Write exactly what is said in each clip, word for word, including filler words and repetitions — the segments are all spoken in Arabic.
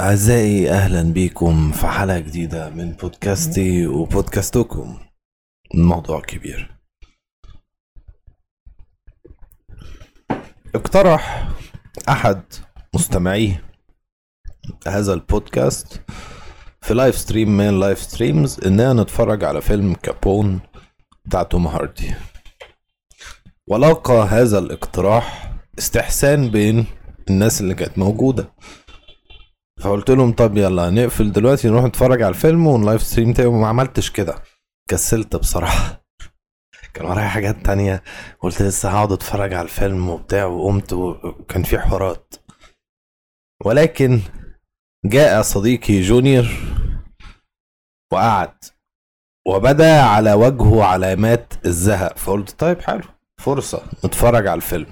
أعزائي أهلا بكم في حلقة جديدة من بودكاستي وبودكاستكم. الموضوع كبير. اقترح أحد مستمعي هذا البودكاست في لايف ستريم من لايف ستريمز إننا نتفرج على فيلم كابون بتاع توم هاردي، ولقى هذا الاقتراح استحسان بين الناس اللي كانت موجودة. فقلت لهم طب يلا نقفل دلوقتي نروح نتفرج على الفيلم ونلايف ستريم تاني، وما عملتش كده، كسلت بصراحة. كان ورايا حاجات تانية، قلت لسه هقعد اتفرج على الفيلم وبتاع، وقمت وكان في حوارات. ولكن جاء صديقي جونيور وقعد وبدأ على وجهه علامات الزهق، فقلت طيب حلو، فرصة نتفرج على الفيلم.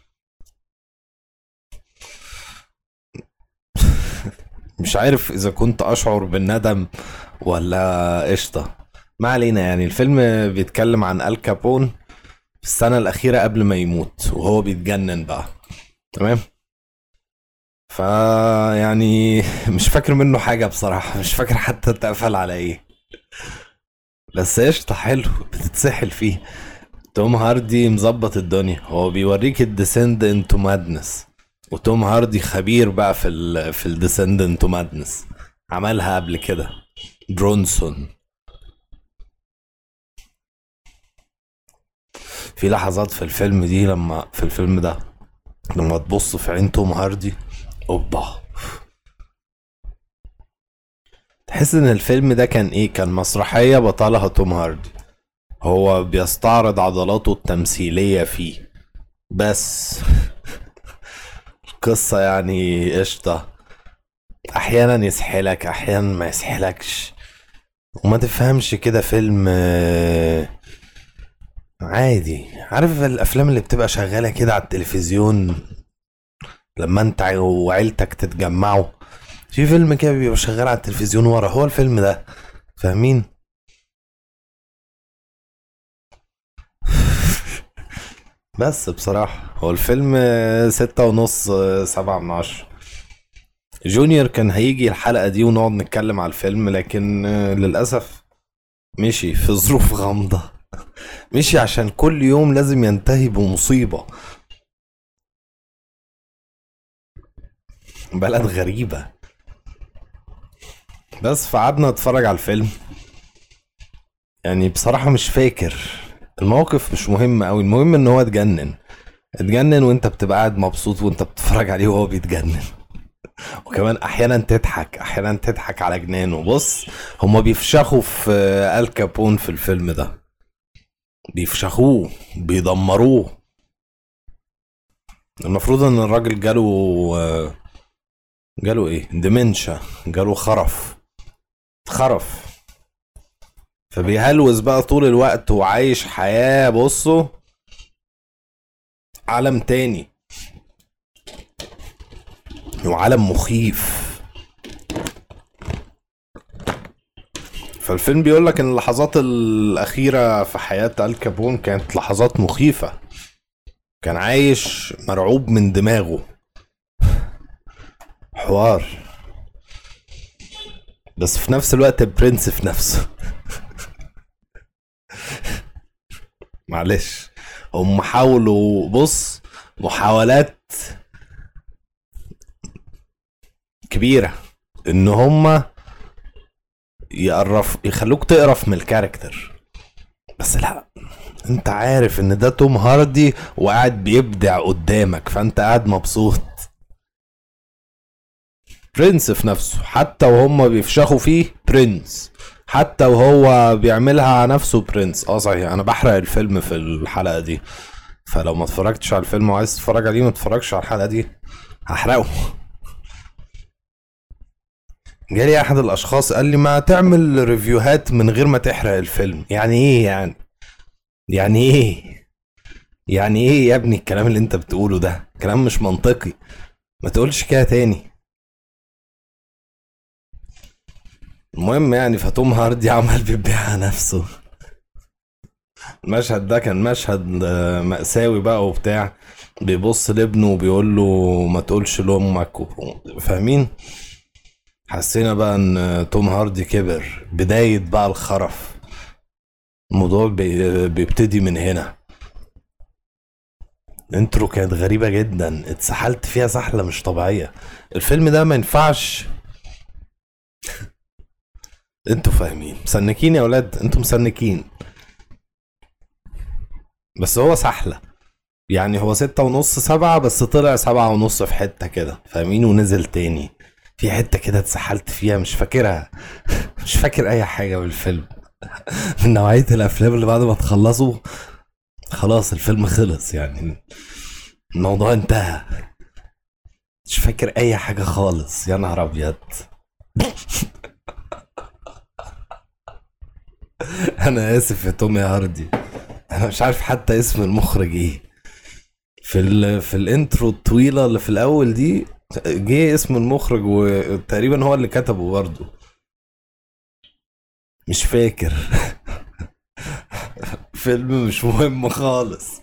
مش عارف اذا كنت اشعر بالندم ولا قشطة، ما علينا. يعني الفيلم بيتكلم عن آل كابون في السنة الأخيرة قبل ما يموت وهو بيتجنن بقى، تمام. فا يعني مش فاكر منه حاجة بصراحة، مش فاكر حتى اتقفل على ايه، بس قشطة حلو بتتسحل فيه. توم هاردي مظبط الدنيا، هو بيوريك الديسند انتو مادنس، وتوم هاردي خبير بقى في ال في الديسند انتو مادنس، عملها قبل كده برونسون. في لحظات في الفيلم دي، لما في الفيلم ده لما تبص في عين توم هاردي، اوبا، تحس ان الفيلم ده كان ايه، كان مسرحية بطلها توم هاردي، هو بيستعرض عضلاته التمثيلية فيه بس. القصة يعني قشطة، احيانا يسحلك احيانا ما يسحلكش، وما تفهمش كده فيلم آه، عادي. عارف الافلام اللي بتبقى شغالة كده على التلفزيون لما انت وعيلتك تتجمعوا، في فيلم كده بيبقى شغال على التلفزيون ورا، هو الفيلم ده، فاهمين؟ بس بصراحة هو الفيلم ستة ونص، سبعة من عشرة. جونيور كان هيجي الحلقة دي ونقعد نتكلم على الفيلم، لكن للأسف مشي في ظروف غامضة. مشي عشان كل يوم لازم ينتهي بمصيبة. بلد غريبة. بس فقعدنا نتفرج على الفيلم. يعني بصراحة مش فاكر الموقف، مش مهم قوي، المهم ان هو اتجنن. اتجنن وانت بتبقى قاعد مبسوط وانت بتتفرج عليه وهو بيتجنن. وكمان احيانا تضحك احيانا تضحك على جنانه. بص، هما بيفشخوا في آل كابون في الفيلم ده، بيفشخوه بيدمروه. المفروض ان الراجل جاله آه، جاله ايه، ديمنشا، جاله خرف خرف فبيهلوز بقى طول الوقت وعايش حياة، بصوا، عالم تاني وعالم مخيف. فالفيلم بيقولك ان اللحظات الاخيرة في حياة آل كابون كانت لحظات مخيفة، كان عايش مرعوب من دماغه، حوار. بس في نفس الوقت برنس في نفسه. معلش، هم حاولوا، بص، محاولات كبيرة ان هم يقرف يخلوك تقرف من الكاركتر، بس لا، انت عارف ان ده توم هاردي وقاعد بيبدع قدامك، فانت قاعد مبسوط. برنس في نفسه، حتى وهم بيفشخوا فيه برنس، حتى وهو بيعملها على نفسه برنس. اه صحيح، انا بحرق الفيلم في الحلقة دي، فلو ما اتفرجتش على الفيلم وعايز تتفرج عليه ما تتفرجش على الحلقة دي، هحرقه. جالي احد الاشخاص قال لي ما تعمل ريفيوهات من غير ما تحرق الفيلم. يعني ايه يعني يعني ايه يعني ايه يا ابني الكلام اللي انت بتقوله ده كلام مش منطقي، ما تقولش كده تاني. المهم يعني فتوم هاردي عمل بيبيع نفسه. المشهد ده كان مشهد آه، مأساوي بقى وبتاع، بيبص لابنه وبيقول له ما تقولش لأمك، فاهمين؟ حسينا بقى ان توم هاردي كبر، بداية بقى الخرف. الموضوع بي- بيبتدي من هنا. الانترو كانت غريبة جدا، اتسحلت فيها سحلة مش طبيعية. الفيلم ده ما ينفعش. انتوا فاهمين، مسنكين يا ولاد، انتوا مسنكين. بس هو سحلة، يعني هو ستة ونص سبعة، بس طلع سبعة ونص في حتة كده فاهمين، ونزل تاني في حتة كده اتسحلت فيها مش فاكرها. مش فاكر اي حاجة بالفيلم. من نوعية الافلام اللي بعد ما تخلصوا خلاص الفيلم خلص، يعني الموضوع انتهى. مش فاكر اي حاجة خالص، يا نهار ابيض. انا اسف يا تومي هاردي، انا مش عارف حتى اسم المخرج ايه. في ال... في الانترو الطويلة اللي في الاول دي جه اسم المخرج، وتقريبا هو اللي كتبه برضه. مش فاكر. فيلم مش مهم خالص.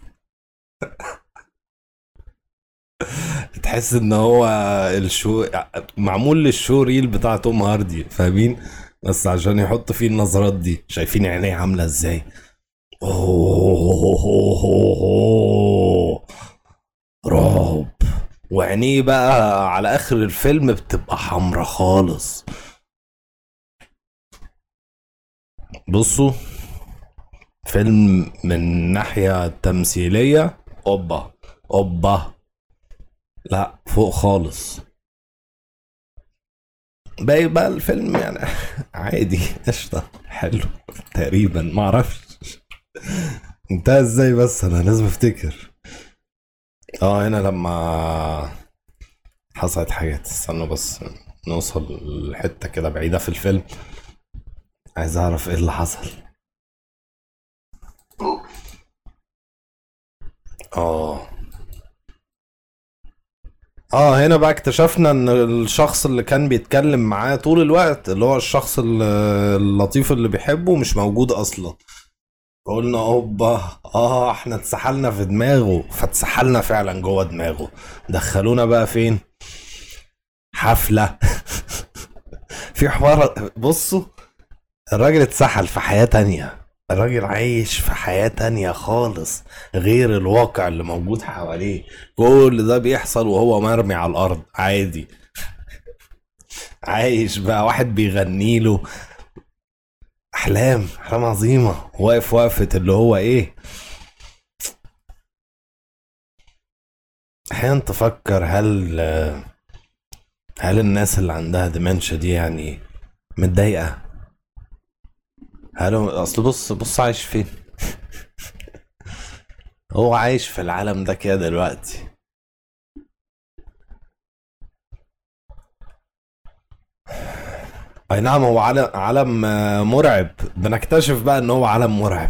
تحس ان هو الشو معمول للشو ريل بتاع توم هاردي فاهمين، بس عشان يحط فيه النظرات دي. شايفين عينيه عامله ازاي؟ اوه رعب. وعينيه بقى على اخر الفيلم بتبقى حمرا خالص. بصوا، فيلم من ناحية تمثيلية اوبا اوبا، لا فوق خالص. باقي بقى الفيلم يعني عادي قشطة حلو تقريبا، ما اعرفش انتهى ازاي، بس انا لازم افتكر. اه هنا لما حصلت حاجات، استنوا بس نوصل لحتة كده بعيدة في الفيلم، عايز اعرف ايه اللي حصل. اه اه هنا بقى اكتشفنا ان الشخص اللي كان بيتكلم معاه طول الوقت، اللي هو الشخص ال- اللطيف اللي بيحبه، مش موجود اصلا. قلنا اوبا، اه احنا اتسحلنا في دماغه، فاتسحلنا فعلا جوه دماغه. دخلونا بقى فين؟ حفلة. في حوار، بصوا، الراجل اتسحل في حياة تانية. الراجل عايش في حياة تانية خالص، غير الواقع اللي موجود حواليه. كل ده بيحصل وهو مرمي على الأرض عادي. عايش بقى، واحد بيغني له. أحلام أحلام عظيمة. واقف وقفة اللي هو إيه، أحيانا تفكر هل هل الناس اللي عندها ديمنشا دي يعني متضايقة؟ هل هو- أصل بص بص عايش فين؟ هو عايش في العالم ده كده دلوقتي. اي نعم، هو عالم عالم آه، مرعب. بنكتشف بقى ان هو عالم مرعب.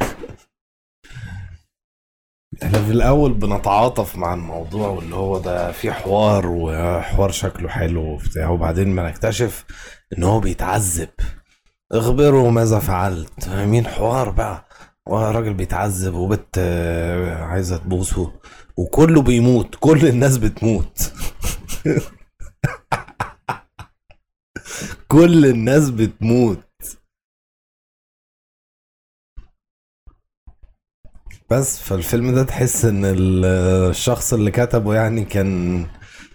احنا في الاول بنتعاطف مع الموضوع، واللي هو ده في حوار، وحوار شكله حلو وبتاع، وبعدين بنكتشف ان هو بيتعذب. اخبره ماذا فعلت، مين حوار بقى. وراجل بيتعذب، وبت آه، عايزة تبوسه، وكله بيموت، كل الناس بتموت. كل الناس بتموت. بس فالفيلم ده تحس ان ال- الشخص اللي كتبه يعني كان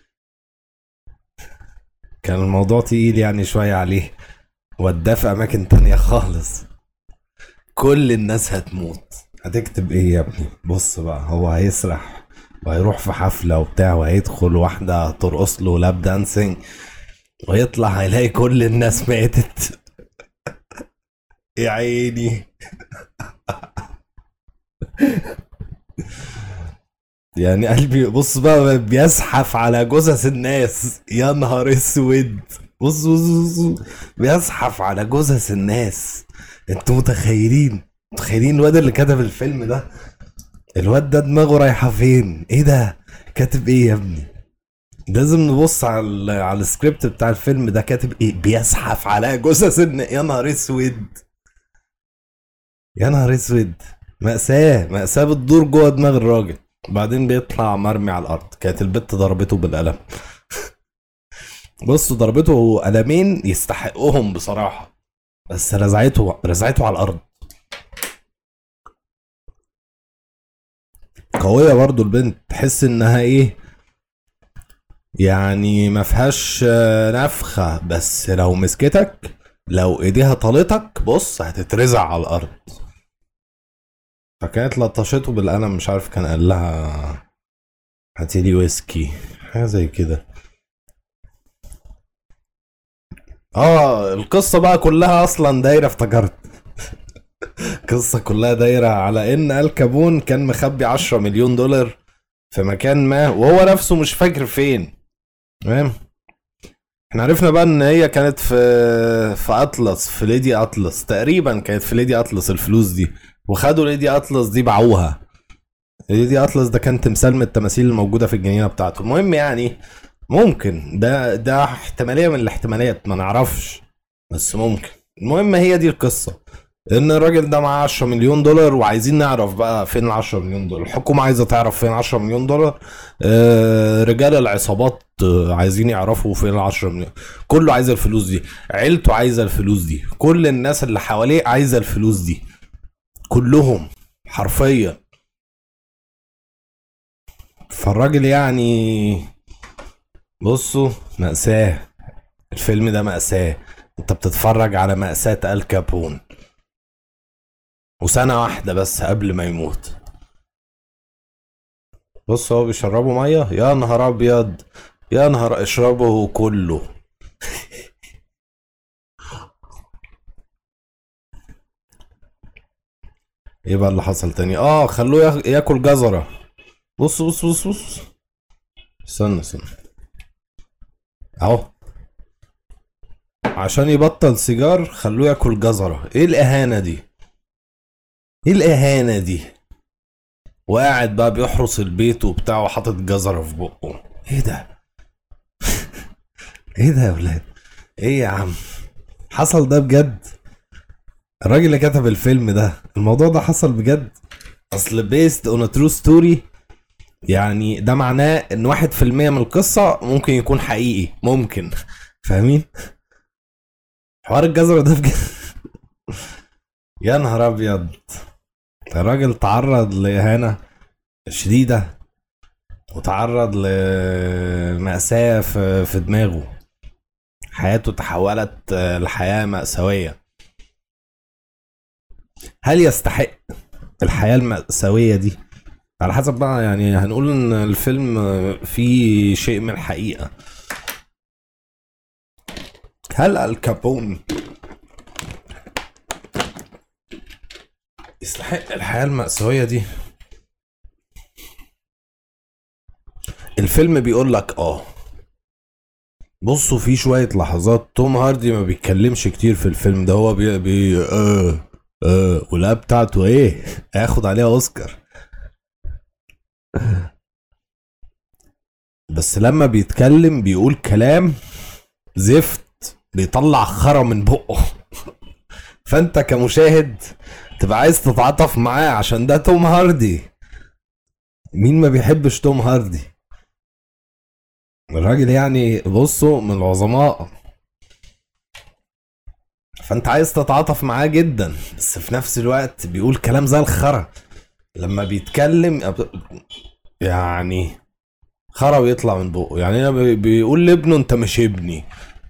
كان الموضوع تقيل يعني شوية عليه، وداه في اماكن تانية خالص. كل الناس هتموت. هتكتب ايه يا ابني؟ بص بقى، هو هيسرح وهيروح في حفلة وبتاع، وهيدخل واحدة ترقص له لاب دانسينج، ويطلع هيلاقي كل الناس ماتت. يا عيني. يعني قلبي، بص بقى، بيزحف على جثث الناس. يا نهار اسود. بص بص بص، بيزحف على جثث الناس. انتوا متخيلين متخيلين الواد اللي كتب الفيلم ده؟ الواد ده دماغه رايحه فين؟ ايه ده؟ كاتب ايه يا ابني؟ لازم نبص على ال- على السكريبت بتاع الفيلم ده، كاتب ايه؟ بيزحف على جثث الناس. يا نهار اسود. يا نهار اسود. مأساة مأساة بتدور جوه دماغ الراجل. بعدين بيطلع مرمي على الارض، كانت البت ضربته بالقلم. بصوا ضربته قلمين يستحقهم بصراحة، بس رزعته رزعته على الارض. قوية برضو البنت، تحس انها ايه يعني، ما فيهاش آه، نفخة، بس لو مسكتك، لو ايديها طالتك بص هتترزع على الارض. فكانت لطشته بالقلم، مش عارف كان قال لها هاتيلي ويسكي، حاجة زي كده. اه القصة بقى كلها اصلا دايرة، افتكرت القصة كلها دايرة على ان الكابون كان مخبي عشرة مليون دولار في مكان ما، وهو نفسه مش فاكر فين. تمام. احنا عرفنا بقى ان هي كانت في في اطلس، في ليدي اطلس تقريبا، كانت في ليدي اطلس الفلوس دي، وخدوا ليدي اطلس دي باعوها. ليدي اطلس ده كان تمثال من التماثيل الموجوده في الجنينه بتاعته. المهم يعني ممكن ده ده احتماليه من الاحتمالات، ما نعرفش، بس ممكن. المهم هي دي القصه، ان الراجل ده معاه عشرة مليون دولار، وعايزين نعرف بقى فين ال عشرة مليون دولار. الحكومه عايزه تعرف فين عشرة مليون دولار. آه رجال العصابات آه عايزين يعرفوا فين ال عشرة مليون. كله عايز الفلوس دي، عيلته عايزه الفلوس دي، كل الناس اللي حواليه عايزه الفلوس دي، كلهم حرفيا. فالراجل يعني بصوا مأساة، الفيلم ده مأساة. انت بتتفرج على مأساة الكابون، وسنة واحدة بس قبل ما يموت. بص هو بيشربوا مية، يا نهار ابيض، يا نهار، اشربه كله. ايه بقى اللي حصل تاني؟ اه خلوه ياك- ياكل جزرة. بص بص بص بص، استنى استنى اهو، عشان يبطل سيجار خلوه ياكل جزرة. ايه الاهانة دي، ايه الاهانة دي؟ وقاعد بقى بيحرس البيت وبتاع وحاطط جزرة في بقه. ايه ده، ايه ده يا ولاد، ايه يا عم، حصل ده بجد؟ الراجل اللي كتب الفيلم ده، الموضوع ده حصل بجد؟ اصل based on a true story، يعني ده معناه ان واحد في المية من القصة ممكن يكون حقيقي، ممكن. فاهمين حوار الجزرة ده بجد؟ يا نهار ابيض، الراجل تعرض لإهانة شديدة، وتعرض لمأساة في في دماغه، حياته تحولت لحياة مأساوية. هل يستحق الحياة المأساوية دي؟ على حسب بقى، يعني هنقول ان الفيلم فيه شيء من الحقيقة. هل الكابون يستحق الحياة المأساوية دي؟ الفيلم بيقول لك اه. بصوا في شوية لحظات توم هاردي ما بيتكلمش كتير في الفيلم ده، هو بي, بي اه اه ولا بتاعته ايه هياخد عليها اوسكار. بس لما بيتكلم بيقول كلام زفت، بيطلع خرا من بقه. فانت كمشاهد تبقى عايز تتعاطف معاه عشان ده توم هاردي. مين ما بيحبش توم هاردي؟ الراجل يعني بصوا من العظماء، فانت عايز تتعاطف معاه جدا، بس في نفس الوقت بيقول كلام زي الخرا. لما بيتكلم يعني خرا بيطلع من بقه، يعني بي- بيقول لابنه انت مش ابني.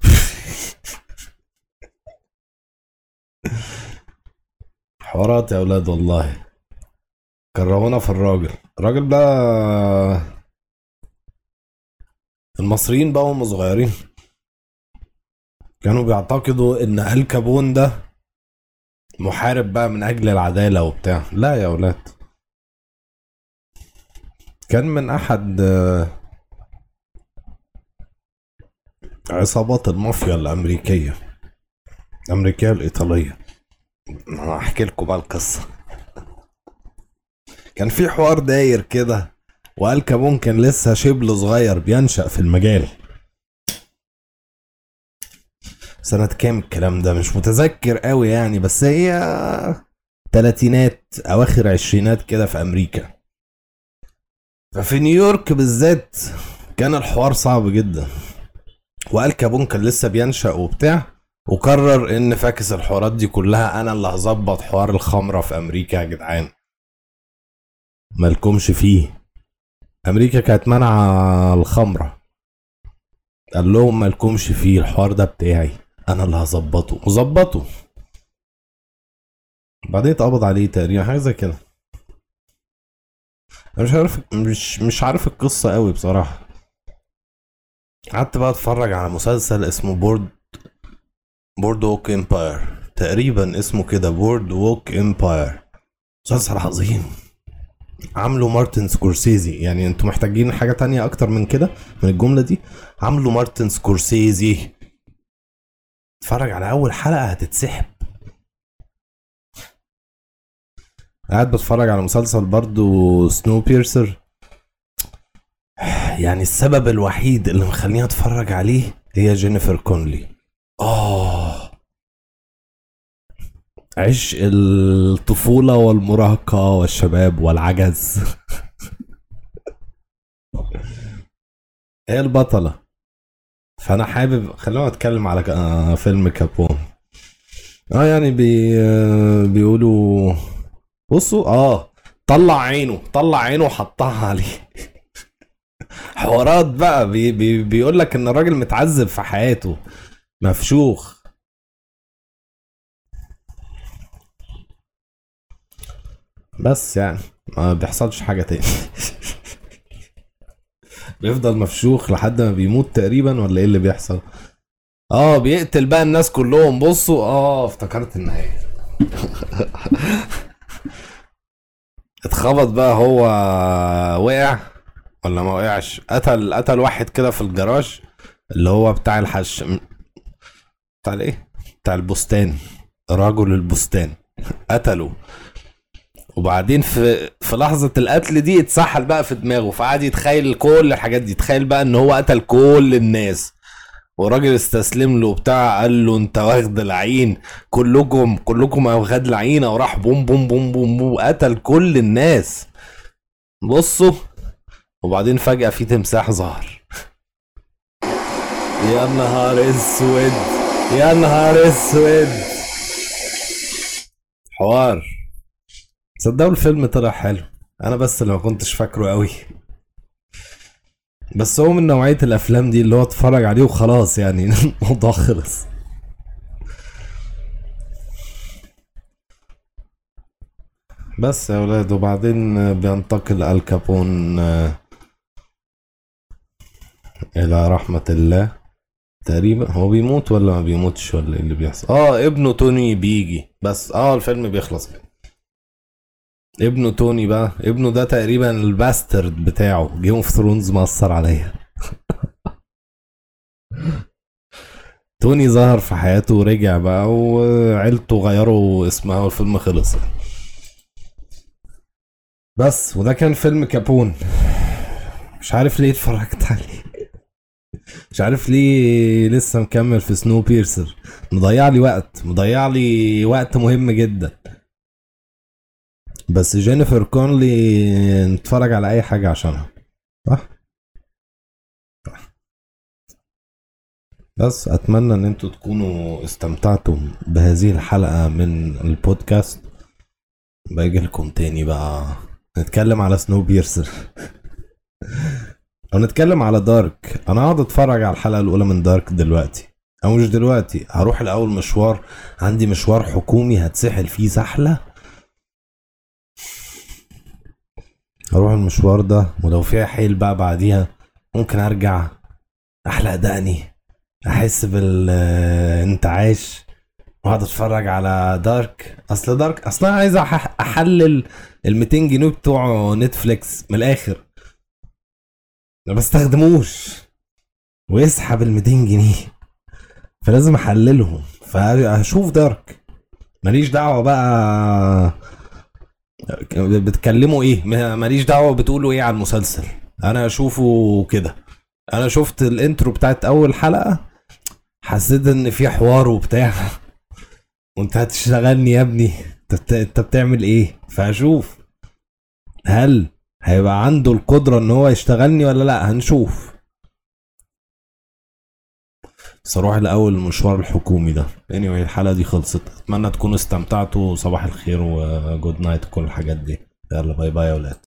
حوارات يا اولاد والله. كرهونا في الراجل، الراجل ده. المصريين بقى هم صغيرين كانوا بيعتقدوا ان الكابون ده محارب بقى من اجل العدالة وبتاع. لا يا اولاد، كان من احد آه، عصابات المافيا الامريكية، الامريكية الايطالية. انا هحكي لكم بقى القصة. كان في حوار داير كده، والكابون كان لسه شبل صغير بينشأ في المجال. سنة كام الكلام ده مش متذكر قوي يعني، بس هي تلاتينات اواخر عشرينات كده في امريكا. ففي نيويورك بالذات كان الحوار صعب جدا. وقال كابون كان لسه بينشأ وبتاع، وقرر ان فاكس الحوارات دي كلها انا اللي هظبط حوار الخمرة في امريكا يا جدعان، مالكمش فيه. امريكا كانت منع الخمرة، قال لهم مالكمش فيه، الحوار ده بتاعي انا اللي هظبطه، وظبطه. بعدين اتقبض عليه تقريبا حاجه زي كده. انا مش عارف مش مش عارف القصه قوي بصراحه. قعدت بقى اتفرج على مسلسل اسمه بورد بورد ووك امباير، تقريبا اسمه كده بورد ووك امباير. مسلسل عظيم، عامله مارتن سكورسيزي. يعني انتوا محتاجين حاجه تانية اكتر من كده من الجمله دي؟ عامله مارتن سكورسيزي. اتفرج على اول حلقه هتتسحب. قاعد بتفرج على مسلسل برضو سنو بيرسر. يعني السبب الوحيد اللي مخليني اتفرج عليه هي جينيفر كونلي. اه، عشق الطفولة والمراهقة والشباب والعجز. هي البطلة. فانا حابب خلينا نتكلم على ك- آه، فيلم كابون. اه يعني بي آه، بيقولوا بصوا اه طلع عينه طلع عينه وحطها عليه. حوارات بقى بي بي بيقول لك ان الراجل متعذب في حياته، مفشوخ. بس يعني ما بيحصلش حاجة تاني. بيفضل مفشوخ لحد ما بيموت تقريبا، ولا ايه اللي بيحصل؟ اه بيقتل بقى الناس كلهم. بصوا اه افتكرت النهاية. اتخبط بقى هو، وقع ولا ما وقعش؟ قتل قتل واحد كده في الجراج، اللي هو بتاع الحش، بتاع الايه، بتاع البستان، رجل البستان. قتله. وبعدين في في لحظة القتل دي اتسحل بقى في دماغه، فقعد يتخيل كل الحاجات دي. تخيل بقى ان هو قتل كل الناس، والراجل استسلم له بتاع، قال له انت واخد العين، كلكم كلكم واخد العينة، وراح بوم بوم بوم بوم بوم قتل كل الناس. بصوا. وبعدين فجأة في تمساح ظهر. يا نهار اسود، يا نهار اسود. حوار. صدقوا الفيلم طلع حلو، انا بس اللي ما كنتش فاكره قوي. بس هو من نوعية الافلام دي اللي هو اتفرج عليه وخلاص يعني. الموضوع خلص. بس يا ولاد، وبعدين بينتقل الكابون الى رحمة الله. تقريبا هو بيموت ولا ما بيموتش، ولا ايه اللي بيحصل؟ اه ابنه توني بيجي، بس اه الفيلم بيخلص كده. ابنه توني بقى، ابنه ده تقريبا الباسترد بتاعه. جيم اوف ثرونز مأثر عليا. توني ظهر في حياته ورجع بقى، وعيلته غيروا اسمها، والفيلم خلص. بس وده كان فيلم كابون. مش عارف ليه اتفرجت عليه. مش عارف ليه لسه مكمل في سنو بيرسر. مضيع لي وقت مضيع لي وقت مهم جدا. بس جينيفر كونلي نتفرج على اي حاجة عشانها، صح؟ بس اتمنى ان انتوا تكونوا استمتعتم بهذه الحلقة من البودكاست. باجي لكم تاني بقى نتكلم على سنو بيرسر. او نتكلم على دارك. انا هقعد اتفرج على الحلقة الاولى من دارك دلوقتي، او مش دلوقتي، هروح الاول مشوار. عندي مشوار حكومي هتسحل فيه سحلة. هروح المشوار ده، ولو فيها حيل بقى بعديها ممكن ارجع احلق دقني، احس بالانتعاش، واقعد اتفرج على دارك. اصل دارك اصلا عايز أح- احلل ال ميتين جنيه بتوع نتفليكس من الاخر، ما بستخدموش، ويسحب ال ميتين جنيه، فلازم احللهم. فاشوف دارك، ماليش دعوه بقى بتكلموا ايه، ماليش دعوه بتقولوا ايه على المسلسل، انا اشوفه كده. انا شفت الانترو بتاعت اول حلقه، حسيت ان في حوار وبتاع. وانت هتشتغلني يا ابني، انت بت- انت بتعمل ايه؟ فاشوف هل هيبقى عنده القدره ان هو يشتغلني ولا لا. هنشوف. بس اروح الاول المشوار الحكومي ده. anyway الحلقه دي خلصت، اتمنى تكونوا استمتعتوا. صباح الخير وجود نايت كل الحاجات دي. يلا باي باي يا ولاد.